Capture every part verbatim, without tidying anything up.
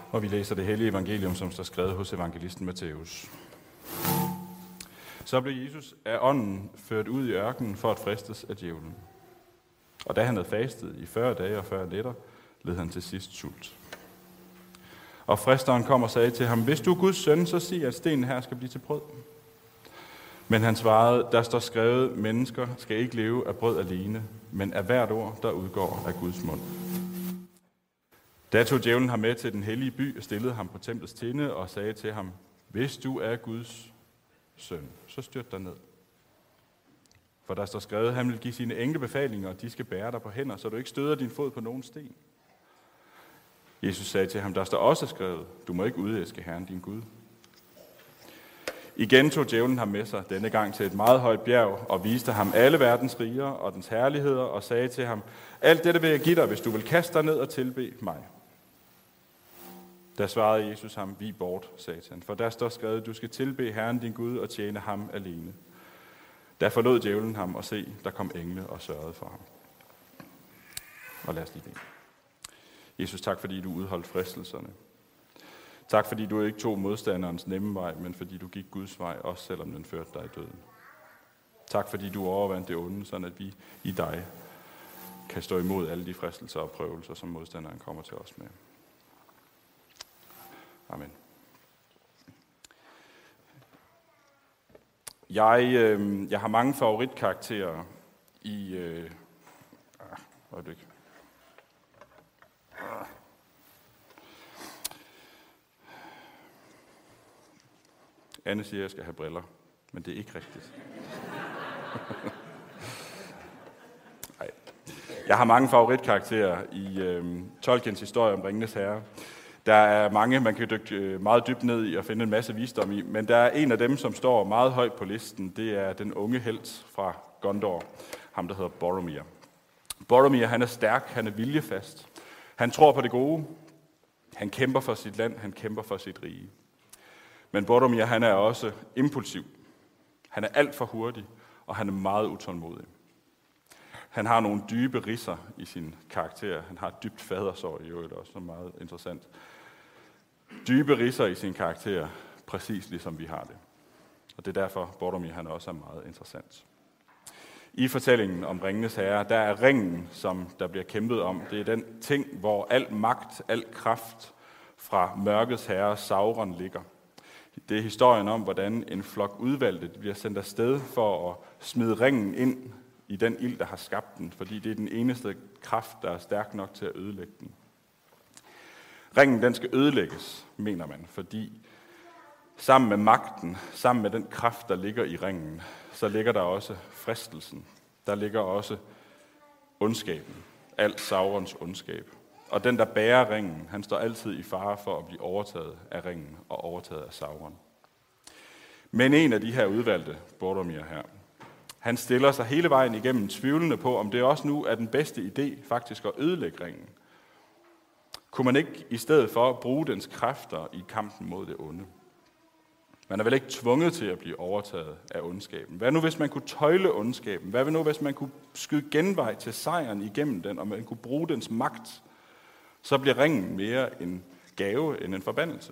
Og vi læser det hellige evangelium, som står skrevet hos evangelisten Matthæus. Så blev Jesus af ånden ført ud i ørkenen for at fristes af djævlen. Og da han havde fastet i fyrre dage og fyrre nætter, led han til sidst sult. Og fristeren kom og sagde til ham, hvis du er Guds søn, så sig, at stenen her skal blive til brød. Men han svarede, der står skrevet, mennesker skal ikke leve af brød alene, men af hvert ord, der udgår af Guds mund. Da tog djævlen ham med til den hellige by og stillede ham på templets tinde og sagde til ham, hvis du er Guds søn, så styrt dig ned. For der står skrevet, han vil give sine engle befalinger, og de skal bære dig på hænder, så du ikke støder din fod på nogen sten. Jesus sagde til ham, der står også skrevet, du må ikke udæske Herren din Gud. Igen tog djævlen ham med sig, denne gang til et meget højt bjerg, og viste ham alle verdens riger og dens herligheder, og sagde til ham, alt dette vil jeg give dig, hvis du vil kaste dig ned og tilbe mig. Da svarede Jesus ham, vig bort, satan, for der står skrevet, du skal tilbe Herren din Gud og tjene ham alene. Da forlod djævlen ham, og se, der kom engle og sørgede for ham. Og lad os lige bede. Jesus, tak fordi du udholdt fristelserne. Tak fordi du ikke tog modstanderens nemme vej, men fordi du gik Guds vej, også selvom den førte dig i døden. Tak fordi du overvandt det onde, sådan at vi i dig kan stå imod alle de fristelser og prøvelser, som modstanderen kommer til os med. Amen. Jeg, øh, jeg har mange favoritkarakterer i... Øh, ah, det ikke. Ah. Anne siger, at jeg skal have briller, men det er ikke rigtigt. Nej. Jeg har mange favoritkarakterer i øh, Tolkiens historie om Ringenes Herre. Der er mange, man kan dykke meget dybt ned i og finde en masse visdom i, men der er en af dem, som står meget højt på listen, det er den unge helt fra Gondor, ham der hedder Boromir. Boromir, han er stærk, han er viljefast, han tror på det gode, han kæmper for sit land, han kæmper for sit rige. Men Boromir, han er også impulsiv, han er alt for hurtig, og han er meget utålmodig. Han har nogle dybe ridser i sin karakter. Han har et dybt fadersår i øvrigt også, som er meget interessant. Dybe ridser i sin karakter, præcis ligesom vi har det. Og det er derfor, Boromir han også er meget interessant. I fortællingen om Ringenes Herre, der er ringen, som der bliver kæmpet om. Det er den ting, hvor al magt, al kraft fra mørkets herre Sauron ligger. Det er historien om, hvordan en flok udvalgte bliver sendt afsted for at smide ringen ind i den ild, der har skabt den, fordi det er den eneste kraft, der er stærk nok til at ødelægge den. Ringen, den skal ødelægges, mener man, fordi sammen med magten, sammen med den kraft, der ligger i ringen, så ligger der også fristelsen. Der ligger også ondskaben, alt Saurons ondskab. Og den, der bærer ringen, han står altid i fare for at blive overtaget af ringen og overtaget af Sauron. Men en af de her udvalgte, Boromir her, han stiller sig hele vejen igennem tvivlende på, om det også nu er den bedste idé faktisk at ødelægge ringen. Kunne man ikke i stedet for bruge dens kræfter i kampen mod det onde? Man er vel ikke tvunget til at blive overtaget af ondskaben. Hvad nu, hvis man kunne tøjle ondskaben? Hvad nu, hvis man kunne skyde genvej til sejren igennem den, og man kunne bruge dens magt? Så bliver ringen mere en gave end en forbandelse.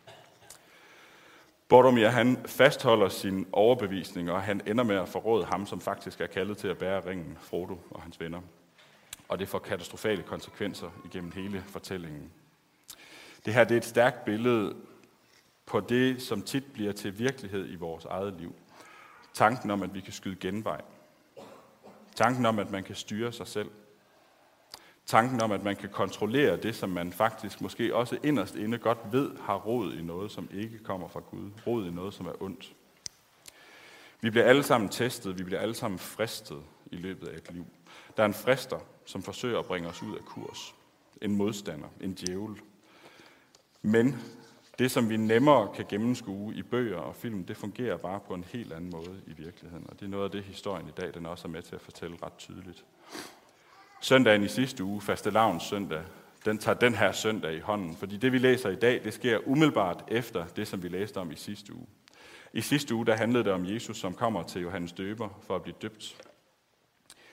Boromir, han fastholder sin overbevisning, og han ender med at forråde ham, som faktisk er kaldet til at bære ringen, Frodo og hans venner. Og det får katastrofale konsekvenser igennem hele fortællingen. Det her det er et stærkt billede på det, som tit bliver til virkelighed i vores eget liv. Tanken om, at vi kan skyde genvej. Tanken om, at man kan styre sig selv. Tanken om, at man kan kontrollere det, som man faktisk måske også inderst inde godt ved, har rod i noget, som ikke kommer fra Gud. Rod i noget, som er ondt. Vi bliver alle sammen testet, vi bliver alle sammen fristet i løbet af et liv. Der er en frister, som forsøger at bringe os ud af kurs. En modstander, en djævel. Men det, som vi nemmere kan gennemskue i bøger og film, det fungerer bare på en helt anden måde i virkeligheden. Og det er noget af det, historien i dag den også er med til at fortælle ret tydeligt. Søndagen i sidste uge, fastelavns søndag, den tager den her søndag i hånden, fordi det, vi læser i dag, det sker umiddelbart efter det, som vi læste om i sidste uge. I sidste uge, der handlede det om Jesus, som kommer til Johannes Døber for at blive døbt.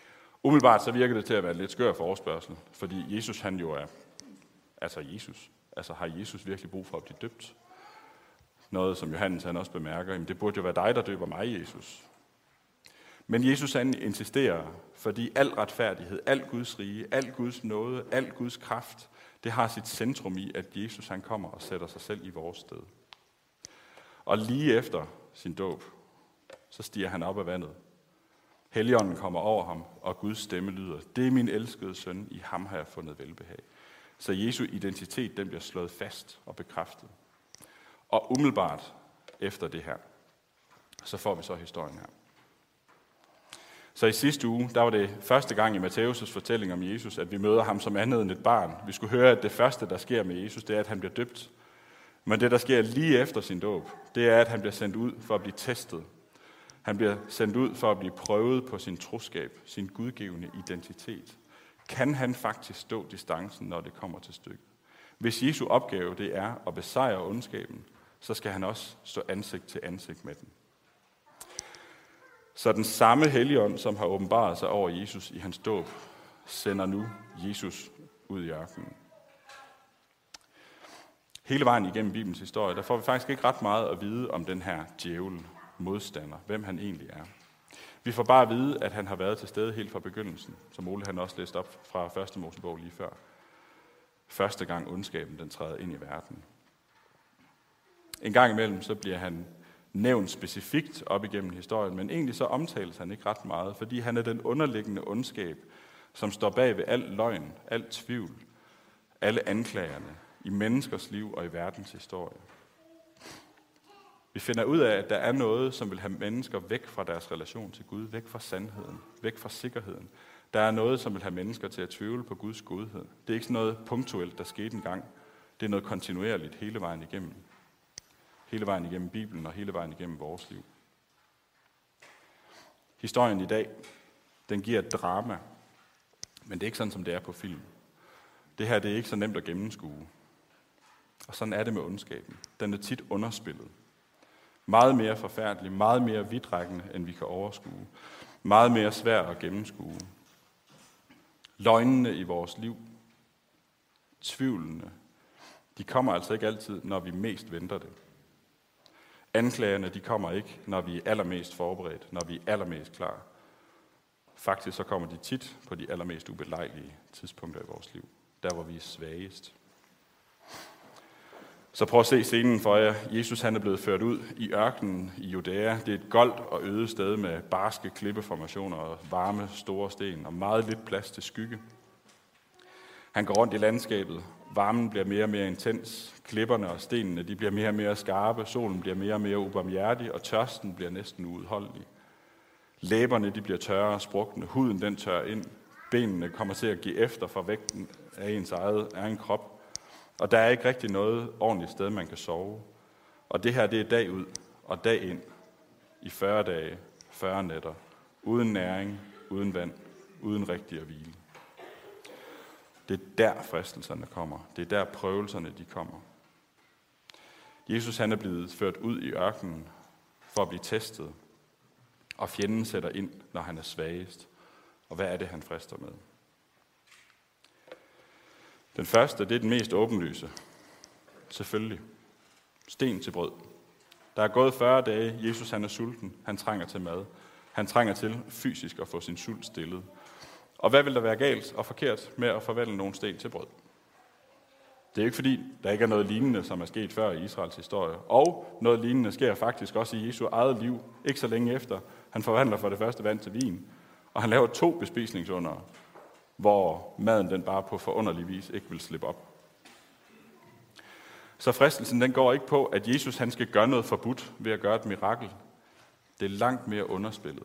Umiddelbart så virker det til at være en lidt skør forespørgsel, fordi Jesus, han jo er, altså Jesus, Altså har Jesus virkelig brug for at blive døbt? Noget, som Johannes han også bemærker, jamen det burde jo være dig, der døber mig, Jesus. Men Jesus han insisterer, fordi al retfærdighed, al Guds rige, al Guds nåde, al Guds kraft, det har sit centrum i, at Jesus han kommer og sætter sig selv i vores sted. Og lige efter sin dåb, så stiger han op af vandet. Helligånden kommer over ham, og Guds stemme lyder, det er min elskede søn, i ham har jeg fundet velbehag. Så Jesu identitet, den bliver slået fast og bekræftet. Og umiddelbart efter det her, så får vi så historien her. Så i sidste uge, der var det første gang i Matthæus' fortælling om Jesus, at vi møder ham som andet end et barn. Vi skulle høre, at det første, der sker med Jesus, det er, at han bliver døbt. Men det, der sker lige efter sin dåb, det er, at han bliver sendt ud for at blive testet. Han bliver sendt ud for at blive prøvet på sin troskab, sin gudgivende identitet. Kan han faktisk stå distancen, når det kommer til stykket? Hvis Jesu opgave det er at besejre ondskaben, så skal han også stå ansigt til ansigt med den. Så den samme Helligånd, som har åbenbaret sig over Jesus i hans dåb, sender nu Jesus ud i ørkenen. Hele vejen igennem Bibelens historie, der får vi faktisk ikke ret meget at vide om den her djævel, modstander, hvem han egentlig er. Vi får bare at vide, at han har været til stede helt fra begyndelsen, som Ole han også læste op fra første Mosebog lige før. Første gang ondskaben den træder ind i verden. En gang imellem så bliver han nævnt specifikt op igennem historien, men egentlig så omtales han ikke ret meget, fordi han er den underliggende ondskab, som står bag ved al løgn, al tvivl, alle anklagerne i menneskers liv og i verdens historie. Vi finder ud af, at der er noget, som vil have mennesker væk fra deres relation til Gud, væk fra sandheden, væk fra sikkerheden. Der er noget, som vil have mennesker til at tvivle på Guds godhed. Det er ikke sådan noget punktuelt, der skete en gang. Det er noget kontinuerligt hele vejen igennem. Hele vejen igennem Bibelen og hele vejen igennem vores liv. Historien i dag, den giver et drama, men det er ikke sådan, som det er på film. Det her det er ikke så nemt at gennemskue. Og sådan er det med ondskaben. Den er tit underspillet. Meget mere forfærdelig, meget mere vidtrækkende, end vi kan overskue. Meget mere svær at gennemskue. Løgnene i vores liv, tvivlene, de kommer altså ikke altid, når vi mest venter det. Anklagerne, de kommer ikke, når vi er allermest forberedt, når vi er allermest klar. Faktisk så kommer de tit på de allermest ubelejlige tidspunkter i vores liv, der hvor vi er svagest. Så prøv at se scenen for jer. Jesus han er blevet ført ud i ørkenen i Judæa. Det er et goldt og øde sted med barske klippeformationer og varme store sten og meget lidt plads til skygge. Han går rundt i landskabet. Varmen bliver mere og mere intens. Klipperne og stenene de bliver mere og mere skarpe. Solen bliver mere og mere ubarmhjertig, og tørsten bliver næsten uudholdelig. Læberne de bliver tørre og sprukne. Huden den tørrer ind. Benene kommer til at give efter for vægten af ens eget egen krop. Og der er ikke rigtig noget ordentligt sted, man kan sove. Og det her, det er dag ud og dag ind i fyrre dage, fyrre nætter, uden næring, uden vand, uden rigtig at hvile. Det er der fristelserne kommer. Det er der prøvelserne de kommer. Jesus han er blevet ført ud i ørkenen for at blive testet. Og fjenden sætter ind, når han er svagest. Og hvad er det, han frister med? Den første, det er den mest åbenlyse. Selvfølgelig. Sten til brød. Der er gået fyrre dage. Jesus han er sulten. Han trænger til mad. Han trænger til fysisk at få sin sult stillet. Og hvad vil der være galt og forkert med at forvandle nogle sten til brød? Det er ikke fordi, der ikke er noget lignende, som er sket før i Israels historie. Og noget lignende sker faktisk også i Jesu eget liv, ikke så længe efter. Han forvandler for det første vand til vin, og han laver to bespisningsundere, hvor maden den bare på forunderlig vis ikke vil slippe op. Så fristelsen den går ikke på, at Jesus han skal gøre noget forbudt ved at gøre et mirakel. Det er langt mere underspillet.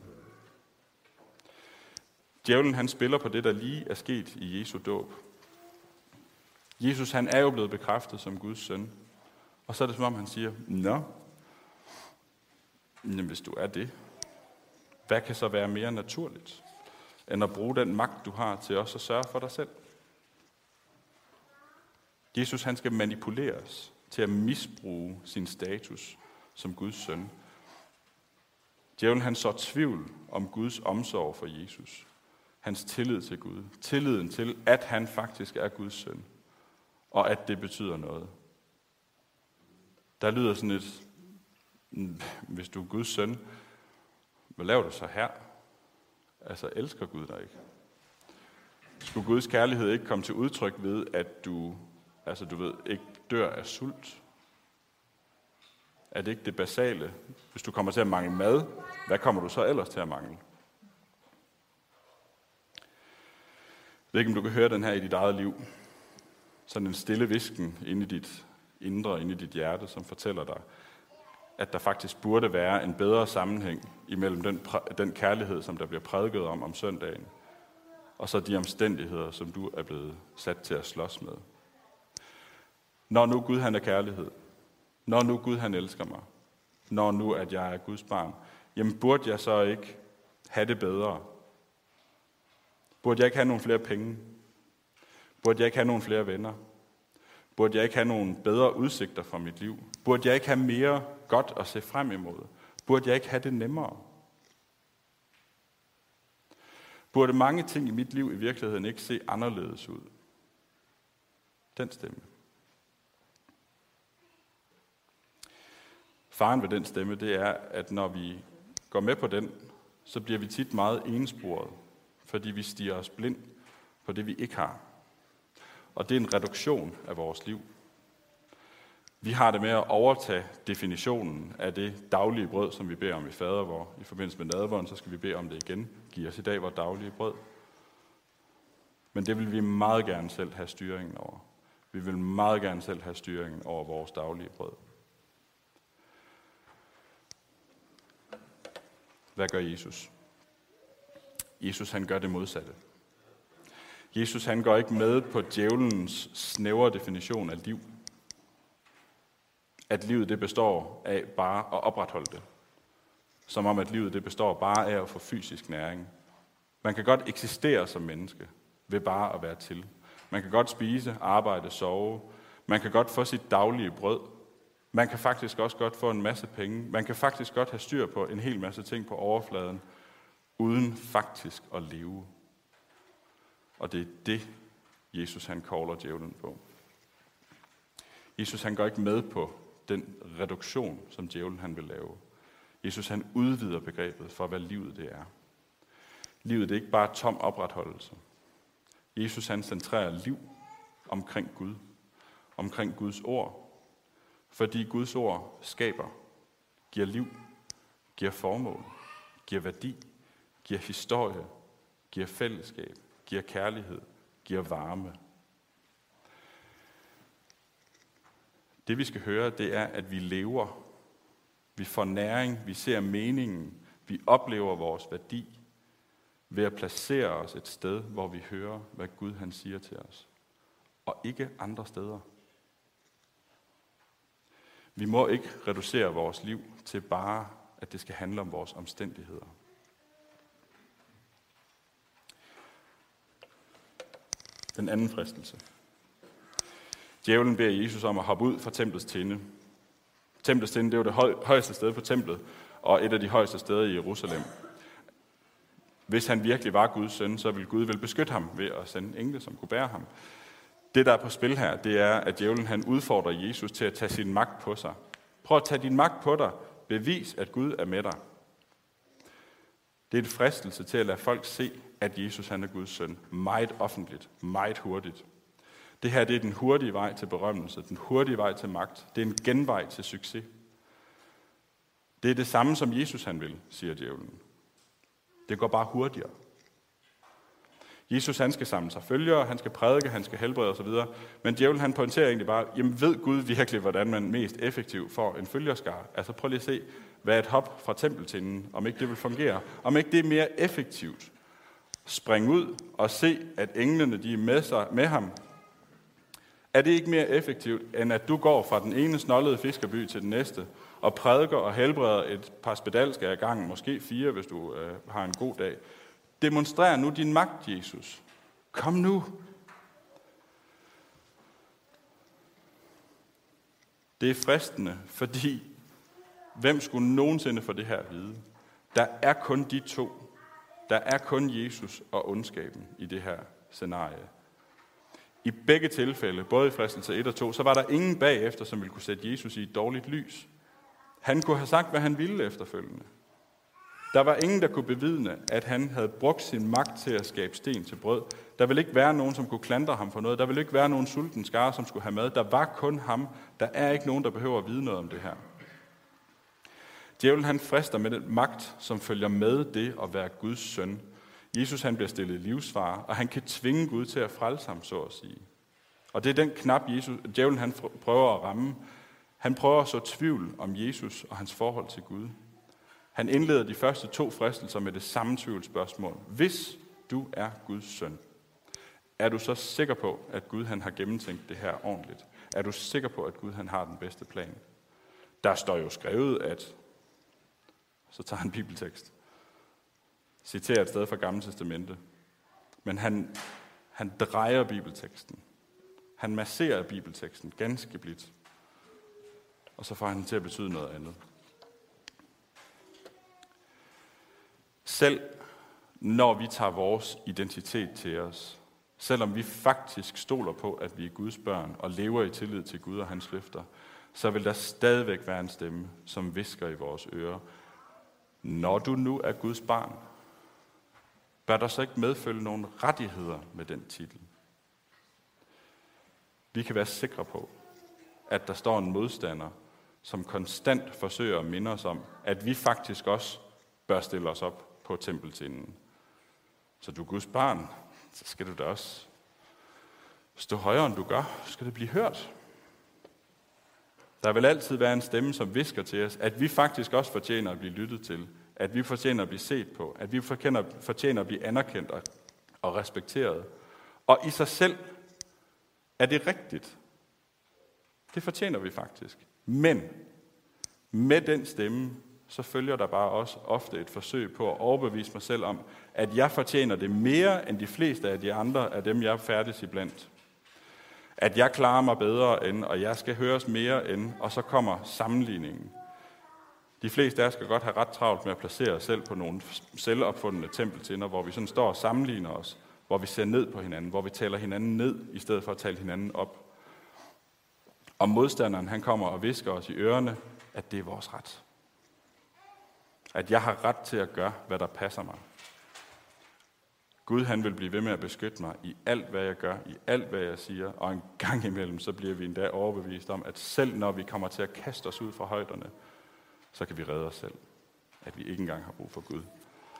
Djævlen han spiller på det, der lige er sket i Jesu dåb. Jesus han er jo blevet bekræftet som Guds søn. Og så er det som om han siger, nå, men hvis du er det, hvad kan så være mere naturligt, end at bruge den magt, du har til også at sørge for dig selv? Jesus han skal manipuleres til at misbruge sin status som Guds søn. Djævlen han så tvivl om Guds omsorg for Jesus. Hans tillid til Gud. Tilliden til, at han faktisk er Guds søn. og at det betyder noget. Der lyder sådan et, hvis du er Guds søn, hvad laver du så her? Altså, elsker Gud dig ikke? Skulle Guds kærlighed ikke komme til udtryk ved, at du, altså du ved, ikke dør af sult? Er det ikke det basale? Hvis du kommer til at mangle mad, hvad kommer du så ellers til at mangle? Jeg ved ikke, om du kan høre den her i dit eget liv. Sådan en stille hvisken inde i dit indre, inde i dit hjerte, som fortæller dig, at der faktisk burde være en bedre sammenhæng imellem den, den kærlighed, som der bliver prædiket om om søndagen, og så de omstændigheder, som du er blevet sat til at slås med. Når nu Gud han er kærlighed, når nu Gud han elsker mig, når nu at jeg er Guds barn, jamen burde jeg så ikke have det bedre? Burde jeg ikke have nogle flere penge? Burde jeg ikke have nogle flere venner? Burde jeg ikke have nogle bedre udsigter for mit liv? Burde jeg ikke have mere godt at se frem imod? Burde jeg ikke have det nemmere? Burde mange ting i mit liv i virkeligheden ikke se anderledes ud? Den stemme. Faren ved den stemme, det er, at når vi går med på den, så bliver vi tit meget ensporet, fordi vi stiger os blind på det, vi ikke har. Og det er en reduktion af vores liv. Vi har det med at overtage definitionen af det daglige brød, som vi beder om i fader, hvor i forbindelse med nadveren, så skal vi bede om det igen. Giv os i dag vores daglige brød. Men det vil vi meget gerne selv have styringen over. Vi vil meget gerne selv have styringen over vores daglige brød. Hvad gør Jesus? Jesus han gør det modsatte. Jesus han går ikke med på djævelens snævre definition af liv. At livet det består af bare at opretholde det. Som om at livet det består bare af at få fysisk næring. Man kan godt eksistere som menneske ved bare at være til. Man kan godt spise, arbejde, sove. Man kan godt få sit daglige brød. Man kan faktisk også godt få en masse penge. Man kan faktisk godt have styr på en hel masse ting på overfladen, uden faktisk at leve. Og det er det, Jesus han kalder djævlen på. Jesus han går ikke med på den reduktion, som djævlen han vil lave. Jesus han udvider begrebet for, hvad livet det er. Livet det er ikke bare tom opretholdelse. Jesus han centrerer liv omkring Gud, omkring Guds ord, fordi Guds ord skaber, giver liv, giver formål, giver værdi, giver historie, giver fællesskab, giver kærlighed, giver varme. Det vi skal høre, det er, at vi lever, vi får næring, vi ser meningen, vi oplever vores værdi ved at placere os et sted, hvor vi hører, hvad Gud han siger til os, og ikke andre steder. Vi må ikke reducere vores liv til bare, at det skal handle om vores omstændigheder. Den anden fristelse. Djævlen beder Jesus om at hoppe ud fra templets tinde. Templets tinde, det var det høj, højeste sted på templet, og et af de højeste steder i Jerusalem. Hvis han virkelig var Guds søn, så ville Gud vel beskytte ham ved at sende engle, som kunne bære ham. Det, der er på spil her, det er, at djævlen han udfordrer Jesus til at tage sin magt på sig. Prøv at tage din magt på dig. Bevis, at Gud er med dig. Det er en fristelse til at lade folk se, at Jesus han er Guds søn. Meget offentligt, meget hurtigt. Det her det er den hurtige vej til berømmelse, den hurtige vej til magt. Det er en genvej til succes. Det er det samme, som Jesus han vil, siger djævlen. Det går bare hurtigere. Jesus han skal samle sig følgere, han skal prædike, han skal helbrede osv. Men djævlen han pointerer egentlig bare, jamen ved Gud virkelig, hvordan man mest effektivt får en følgerskare? Altså prøv lige at se, hvad et hop fra tempeltinden, om ikke det vil fungere. Om ikke det er mere effektivt. Spring ud og se, at englene de er med, sig, med ham. Er det ikke mere effektivt, end at du går fra den ene snollede fiskerby til den næste, og prædiker og helbreder et par spedalske af gangen, måske fire, hvis du øh, har en god dag. Demonstrer nu din magt, Jesus. Kom nu. Det er fristende, fordi hvem skulle nogensinde få det her at vide? Der er kun de to. Der er kun Jesus og ondskaben i det her scenarie. I begge tilfælde, både i fristelse et og to, så var der ingen bagefter, som ville kunne sætte Jesus i et dårligt lys. Han kunne have sagt, hvad han ville efterfølgende. Der var ingen, der kunne bevidne, at han havde brugt sin magt til at skabe sten til brød. Der ville ikke være nogen, som kunne klandre ham for noget. Der ville ikke være nogen sulten skare, som skulle have mad. Der var kun ham. Der er ikke nogen, der behøver at vide noget om det her. Djævlen han frister med den magt, som følger med det at være Guds søn. Jesus han bliver stillet i livsfare, og han kan tvinge Gud til at frelse ham, så at sige. Og det er den knap, Jesus, djævlen han prøver at ramme. Han prøver at så tvivl om Jesus og hans forhold til Gud. Han indleder de første to fristelser med det samme tvivlsspørgsmål. Hvis du er Guds søn, er du så sikker på, at Gud han har gennemtænkt det her ordentligt? Er du sikker på, at Gud han har den bedste plan? Der står jo skrevet, at... Så tager han bibeltekst. Citerer et sted fra Gamle Testamente. Men han, han drejer bibelteksten. Han masserer bibelteksten ganske blidt. Og så får han den til at betyde noget andet. Selv når vi tager vores identitet til os, selvom vi faktisk stoler på, at vi er Guds børn og lever i tillid til Gud og hans løfter, så vil der stadigvæk være en stemme, som hvisker i vores ører. Når du nu er Guds barn, bør der så ikke medfølge nogle rettigheder med den titel? Vi kan være sikre på, at der står en modstander, som konstant forsøger at minde os om, at vi faktisk også bør stille os op på tempeltinden. Så du er Guds barn, så skal du da også stå højere, end du gør. Så skal det blive hørt. Der vil altid være en stemme, som hvisker til os, at vi faktisk også fortjener at blive lyttet til, at vi fortjener at blive set på, at vi fortjener, fortjener at blive anerkendt og, og respekteret. Og i sig selv er det rigtigt. Det fortjener vi faktisk. Men med den stemme, så følger der bare også ofte et forsøg på at overbevise mig selv om, at jeg fortjener det mere end de fleste af de andre af dem, jeg færdes iblandt. At jeg klarer mig bedre end, og jeg skal høres mere end, og så kommer sammenligningen. De fleste af os skal godt have ret travlt med at placere os selv på nogle selvopfundne tempeltinder, hvor vi sådan står og sammenligner os, hvor vi ser ned på hinanden, hvor vi taler hinanden ned, i stedet for at tale hinanden op. Og modstanderen, han kommer og hvisker os i ørerne, at det er vores ret. At jeg har ret til at gøre, hvad der passer mig. Gud, han vil blive ved med at beskytte mig i alt, hvad jeg gør, i alt, hvad jeg siger, og en gang imellem, så bliver vi endda overbevist om, at selv når vi kommer til at kaste os ud fra højderne, så kan vi redde os selv. At vi ikke engang har brug for Gud.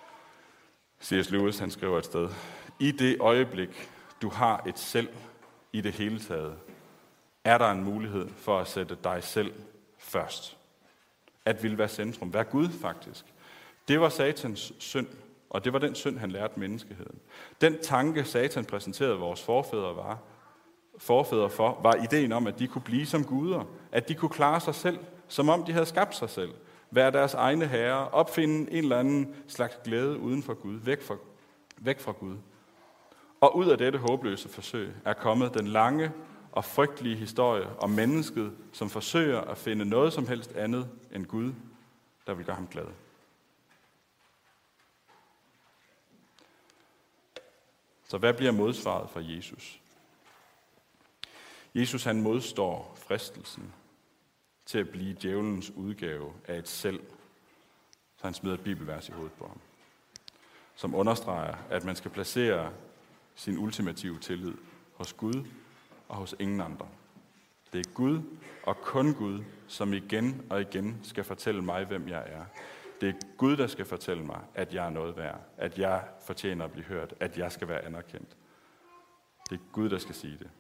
C S Lewis, han skriver et sted, i det øjeblik, du har et selv i det hele taget, er der en mulighed for at sætte dig selv først. At ville være centrum. Være Gud, faktisk. Det var Satans synd, og det var den synd, han lærte menneskeheden. Den tanke, Satan præsenterede vores forfædre, var, forfædre for, var ideen om, at de kunne blive som guder. At de kunne klare sig selv, som om de havde skabt sig selv. Være deres egne herrer. Opfinde en eller anden slags glæde uden for Gud. Væk fra, væk fra Gud. Og ud af dette håbløse forsøg er kommet den lange og frygtelige historie om mennesket, som forsøger at finde noget som helst andet end Gud, der vil gøre ham glad. Så hvad bliver modsvaret fra Jesus? Jesus han modstår fristelsen til at blive djævelens udgave af et selv, så han smider et bibelvers i hovedet på ham, som understreger, at man skal placere sin ultimative tillid hos Gud og hos ingen andre. Det er Gud og kun Gud, som igen og igen skal fortælle mig, hvem jeg er. Det er Gud, der skal fortælle mig, at jeg er noget værd, at jeg fortjener at blive hørt, at jeg skal være anerkendt. Det er Gud, der skal sige det.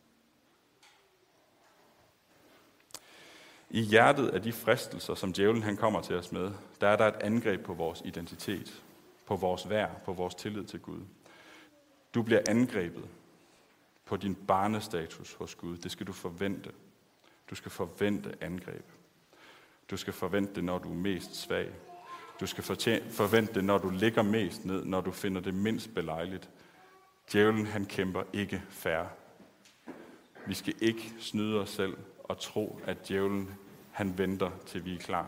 I hjertet af de fristelser, som djævlen han kommer til os med, der er der et angreb på vores identitet, på vores værd, på vores tillid til Gud. Du bliver angrebet på din barnestatus hos Gud. Det skal du forvente. Du skal forvente angreb. Du skal forvente det, når du er mest svag. Du skal forvente det, når du ligger mest ned, når du finder det mindst belejligt. Djævlen, han kæmper ikke fair. Vi skal ikke snyde os selv og tro, at djævlen, han venter, til vi er klar.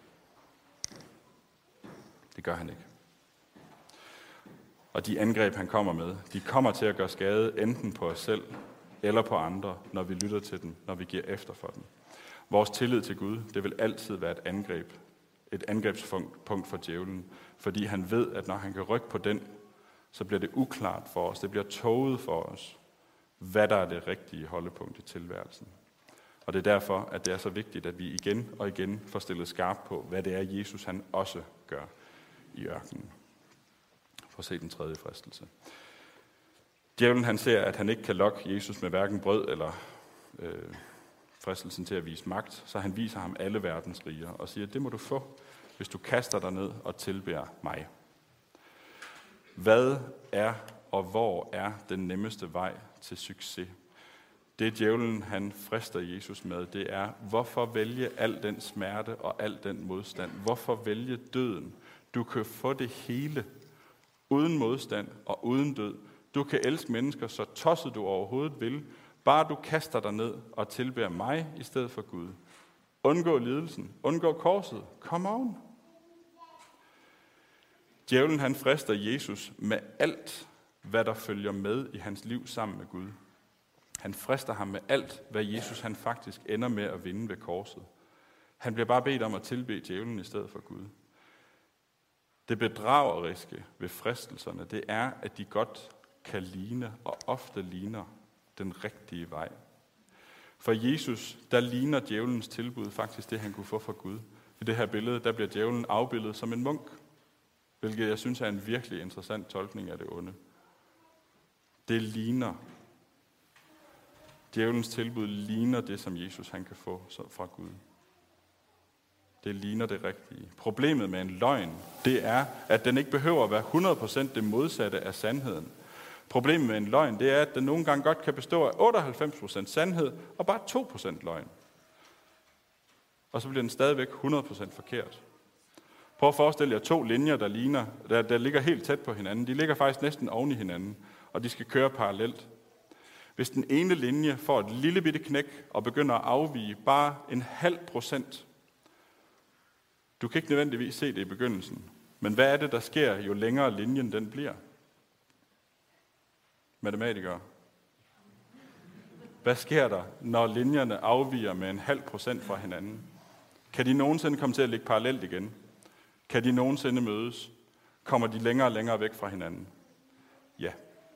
Det gør han ikke. Og de angreb, han kommer med, de kommer til at gøre skade enten på os selv eller på andre, når vi lytter til dem, når vi giver efter for dem. Vores tillid til Gud, det vil altid være et angreb, et angrebspunkt for djævlen, fordi han ved, at når han kan rykke på den, så bliver det uklart for os, det bliver tåget for os, hvad der er det rigtige holdepunkt i tilværelsen. Og det er derfor, at det er så vigtigt, at vi igen og igen får stillet skarpt på, hvad det er, Jesus han også gør i ørkenen. For at se den tredje fristelse. Djævlen han ser, at han ikke kan lokke Jesus med hverken brød eller øh, fristelsen til at vise magt, så han viser ham alle verdens riger og siger, det må du få, hvis du kaster dig ned og tilbeder mig. Hvad er og hvor er den nemmeste vej til succes? Det djævlen han frister Jesus med, det er, hvorfor vælge al den smerte og al den modstand? Hvorfor vælge døden? Du kan få det hele, uden modstand og uden død. Du kan elske mennesker, så tosset du overhovedet vil, bare du kaster dig ned og tilbeder mig i stedet for Gud. Undgå lidelsen, undgå korset, come on. Djævlen han frister Jesus med alt, hvad der følger med i hans liv sammen med Gud. Han frister ham med alt, hvad Jesus han faktisk ender med at vinde ved korset. Han bliver bare bedt om at tilbede djævlen i stedet for Gud. Det bedrageriske ved fristelserne, det er, at de godt kan ligne, og ofte ligner, den rigtige vej. For Jesus, der ligner djævelens tilbud faktisk det, han kunne få fra Gud. I det her billede, der bliver djævlen afbildet som en munk, hvilket jeg synes er en virkelig interessant tolkning af det onde. Det ligner, djævelens tilbud ligner det, som Jesus han kan få fra Gud. Det ligner det rigtige. Problemet med en løgn, det er, at den ikke behøver at være hundrede procent det modsatte af sandheden. Problemet med en løgn, det er, at den nogle gange godt kan bestå af otteoghalvfems procent sandhed og bare to procent løgn. Og så bliver den stadigvæk hundrede procent forkert. Prøv at forestille jer to linjer, der ligner, der, der ligger helt tæt på hinanden. De ligger faktisk næsten oven i hinanden, og de skal køre parallelt. Hvis den ene linje får et lille bitte knæk og begynder at afvige bare en halv procent, du kan ikke nødvendigvis se det i begyndelsen, men hvad er det, der sker, jo længere linjen den bliver? Matematikere. Hvad sker der, når linjerne afviger med en halv procent fra hinanden? Kan de nogensinde komme til at ligge parallelt igen? Kan de nogensinde mødes? Kommer de længere og længere væk fra hinanden? Ja.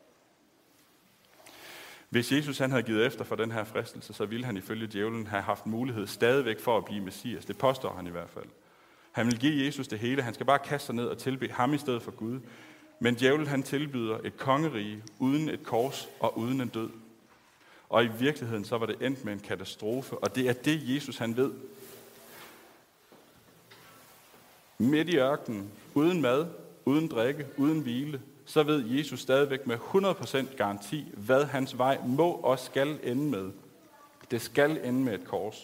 Hvis Jesus han havde givet efter for den her fristelse, så ville han ifølge djævlen have haft mulighed stadigvæk for at blive Messias. Det påstår han i hvert fald. Han vil give Jesus det hele. Han skal bare kaste sig ned og tilbede ham i stedet for Gud. Men djævlen han tilbyder et kongerige uden et kors og uden en død. Og i virkeligheden så var det endt med en katastrofe, og det er det Jesus han ved. Midt i ørkenen, uden mad, uden drikke, uden hvile, så ved Jesus stadigvæk med hundrede procent garanti, hvad hans vej må og skal ende med. Det skal ende med et kors.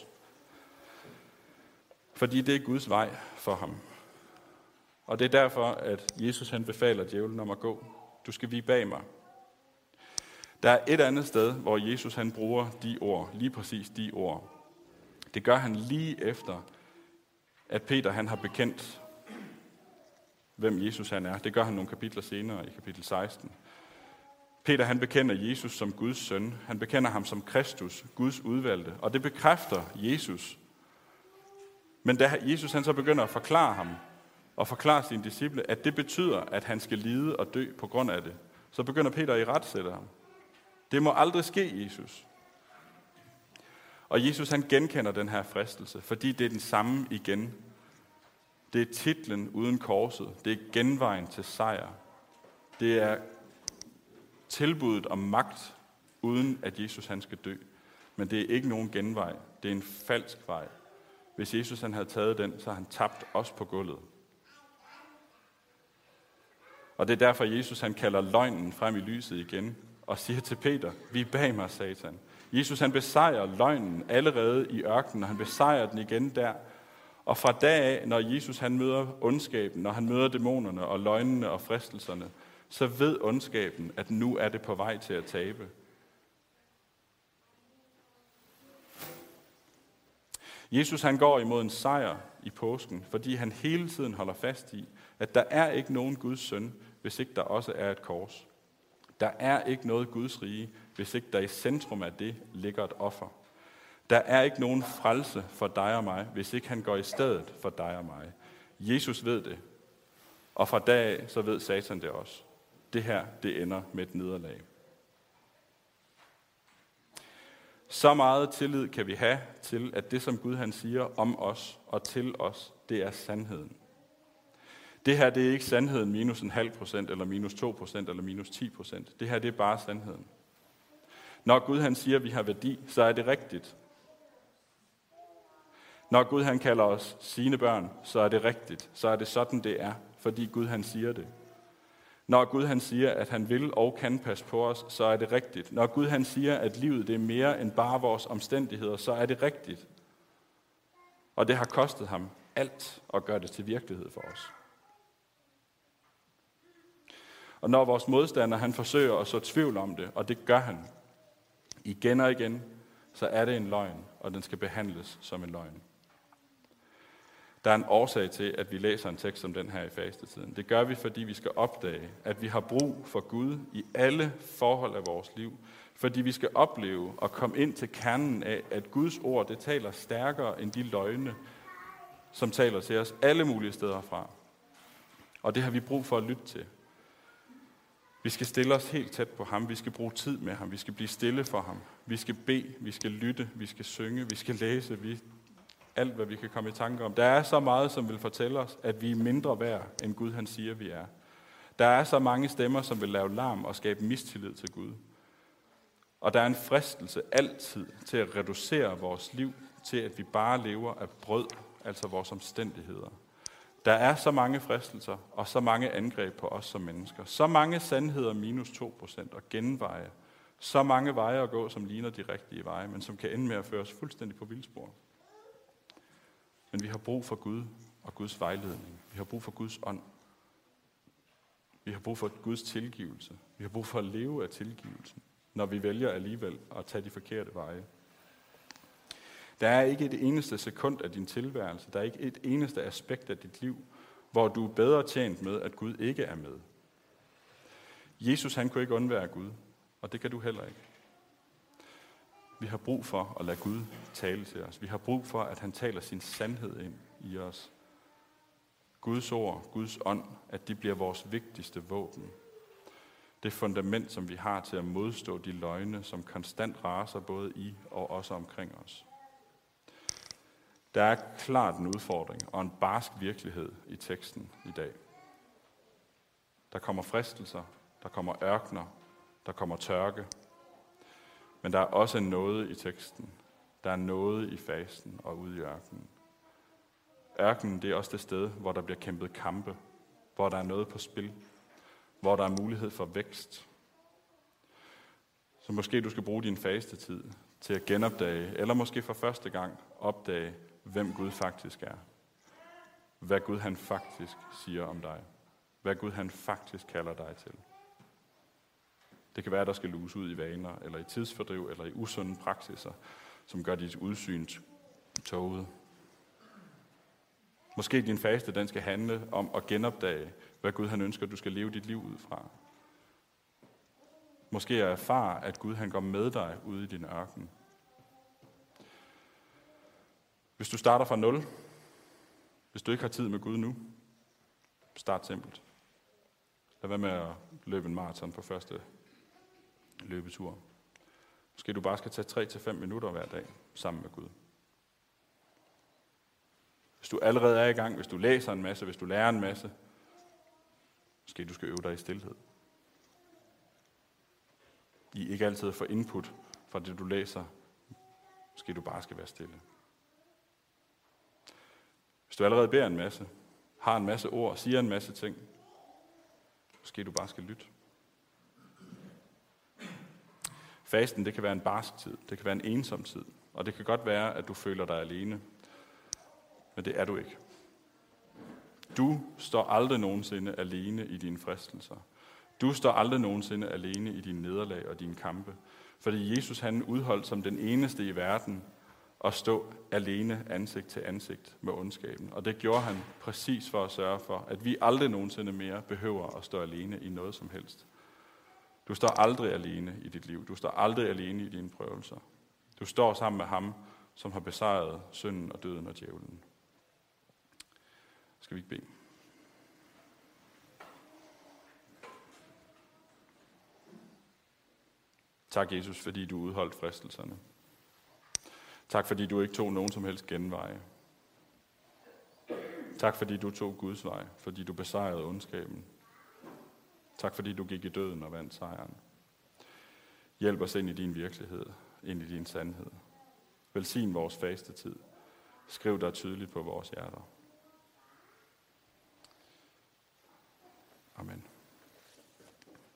Fordi det er Guds vej for ham. Og det er derfor, at Jesus han befaler djævlen om at gå. Du skal vige bag mig. Der er et andet sted, hvor Jesus han bruger de ord, lige præcis de ord. Det gør han lige efter, at Peter han har bekendt, hvem Jesus han er. Det gør han nogle kapitler senere, i kapitel seksten. Peter han bekender Jesus som Guds søn. Han bekender ham som Kristus, Guds udvalgte. Og det bekræfter Jesus. Men da Jesus han så begynder at forklare ham, og forklare sine disciple, at det betyder, at han skal lide og dø på grund af det, så begynder Peter at irettesætte ham. Det må aldrig ske, Jesus. Og Jesus han genkender den her fristelse, fordi det er den samme igen. Det er titlen uden korset. Det er genvejen til sejr. Det er tilbuddet om magt, uden at Jesus han skal dø. Men det er ikke nogen genvej. Det er en falsk vej. Hvis Jesus han havde taget den, så har han tabt os på gulvet. Og det er derfor, Jesus han kalder løgnen frem i lyset igen, og siger til Peter, vi bag mig, Satan. Jesus han besejrer løgnen allerede i ørkenen, og han besejrer den igen der. Og fra dag af, når Jesus han møder ondskaben, når han møder dæmonerne og løgnene og fristelserne, så ved ondskaben, at nu er det på vej til at tabe. Jesus han går imod en sejr i påsken, fordi han hele tiden holder fast i, at der er ikke nogen Guds søn, hvis ikke der også er et kors. Der er ikke noget Guds rige, hvis ikke der i centrum af det ligger et offer. Der er ikke nogen frelse for dig og mig, hvis ikke han går i stedet for dig og mig. Jesus ved det, og fra dag af, så ved Satan det også. Det her, det ender med et nederlag. Så meget tillid kan vi have til, at det, som Gud han siger om os og til os, det er sandheden. Det her, det er ikke sandheden minus en halv procent, eller minus to procent, eller minus ti procent. Det her, det er bare sandheden. Når Gud han siger, at vi har værdi, så er det rigtigt. Når Gud han kalder os sine børn, så er det rigtigt. Så er det sådan, det er, fordi Gud han siger det. Når Gud han siger, at han vil og kan passe på os, så er det rigtigt. Når Gud han siger, at livet det er mere end bare vores omstændigheder, så er det rigtigt. Og det har kostet ham alt at gøre det til virkelighed for os. Og når vores modstander han forsøger at så tvivl om det, og det gør han igen og igen, så er det en løgn, og den skal behandles som en løgn. Der er en årsag til, at vi læser en tekst som den her i fastetiden. Det gør vi, fordi vi skal opdage, at vi har brug for Gud i alle forhold af vores liv. Fordi vi skal opleve og komme ind til kernen af, at Guds ord det taler stærkere end de løgne, som taler til os alle mulige steder fra. Og det har vi brug for at lytte til. Vi skal stille os helt tæt på ham. Vi skal bruge tid med ham. Vi skal blive stille for ham. Vi skal bede. Vi skal lytte. Vi skal synge. Vi skal læse. Vi alt, hvad vi kan komme i tanke om. Der er så meget, som vil fortælle os, at vi er mindre værd, end Gud han siger, vi er. Der er så mange stemmer, som vil lave larm og skabe mistillid til Gud. Og der er en fristelse altid til at reducere vores liv til, at vi bare lever af brød, altså vores omstændigheder. Der er så mange fristelser og så mange angreb på os som mennesker. Så mange sandheder minus to procent og genveje. Så mange veje at gå, som ligner de rigtige veje, men som kan ende med at føre os fuldstændig på vildspor. Men vi har brug for Gud og Guds vejledning. Vi har brug for Guds ånd. Vi har brug for Guds tilgivelse. Vi har brug for at leve af tilgivelsen, når vi vælger alligevel at tage de forkerte veje. Der er ikke et eneste sekund af din tilværelse, der er ikke et eneste aspekt af dit liv, hvor du er bedre tjent med, at Gud ikke er med. Jesus han kunne ikke undvære Gud, og det kan du heller ikke. Vi har brug for at lade Gud tale til os. Vi har brug for, at han taler sin sandhed ind i os. Guds ord, Guds ånd, at de bliver vores vigtigste våben. Det fundament, som vi har til at modstå de løgne, som konstant raser både i og også omkring os. Der er klart en udfordring og en barsk virkelighed i teksten i dag. Der kommer fristelser, der kommer ørkener, der kommer tørke. Men der er også noget i teksten. Der er noget i fasten og ude i ørkenen. Ørkenen, det er også det sted, hvor der bliver kæmpet kampe, hvor der er noget på spil, hvor der er mulighed for vækst. Så måske du skal bruge din fastetid til at genopdage, eller måske for første gang opdage, hvem Gud faktisk er. Hvad Gud han faktisk siger om dig. Hvad Gud han faktisk kalder dig til. Det kan være, at der skal luges ud i vaner, eller i tidsfordriv, eller i usunde praksiser, som gør dit udsyn tåget. Måske din faste, den skal handle om at genopdage, hvad Gud han ønsker, du skal leve dit liv ud fra. Måske at erfare, at Gud han går med dig ude i din ørken. Hvis du starter fra nul, hvis du ikke har tid med Gud nu, start simpelt. Lad være med at løbe en maraton på første løbetur. Måske du bare skal tage tre til fem minutter hver dag sammen med Gud. Hvis du allerede er i gang, hvis du læser en masse, hvis du lærer en masse, måske du skal øve dig i stilhed. I ikke altid får input fra det, du læser. Måske du bare skal være stille. Hvis du allerede beder en masse, har en masse ord, siger en masse ting, måske du bare skal lytte. Fasten, det kan være en barsk tid, det kan være en ensom tid, og det kan godt være, at du føler dig alene, men det er du ikke. Du står aldrig nogensinde alene i dine fristelser. Du står aldrig nogensinde alene i dine nederlag og dine kampe, fordi Jesus han udholdt som den eneste i verden at stå alene ansigt til ansigt med ondskaben. Og det gjorde han præcis for at sørge for, at vi aldrig nogensinde mere behøver at stå alene i noget som helst. Du står aldrig alene i dit liv. Du står aldrig alene i dine prøvelser. Du står sammen med ham, som har besejret synden og døden og djævlen. Skal vi ikke bede? Tak, Jesus, fordi du udholdt fristelserne. Tak, fordi du ikke tog nogen som helst genveje. Tak, fordi du tog Guds vej, fordi du besejrede ondskaben. Tak, fordi du gik i døden og vandt sejren. Hjælp os ind i din virkelighed, ind i din sandhed. Velsign vores faste tid. Skriv dig tydeligt på vores hjerter. Amen.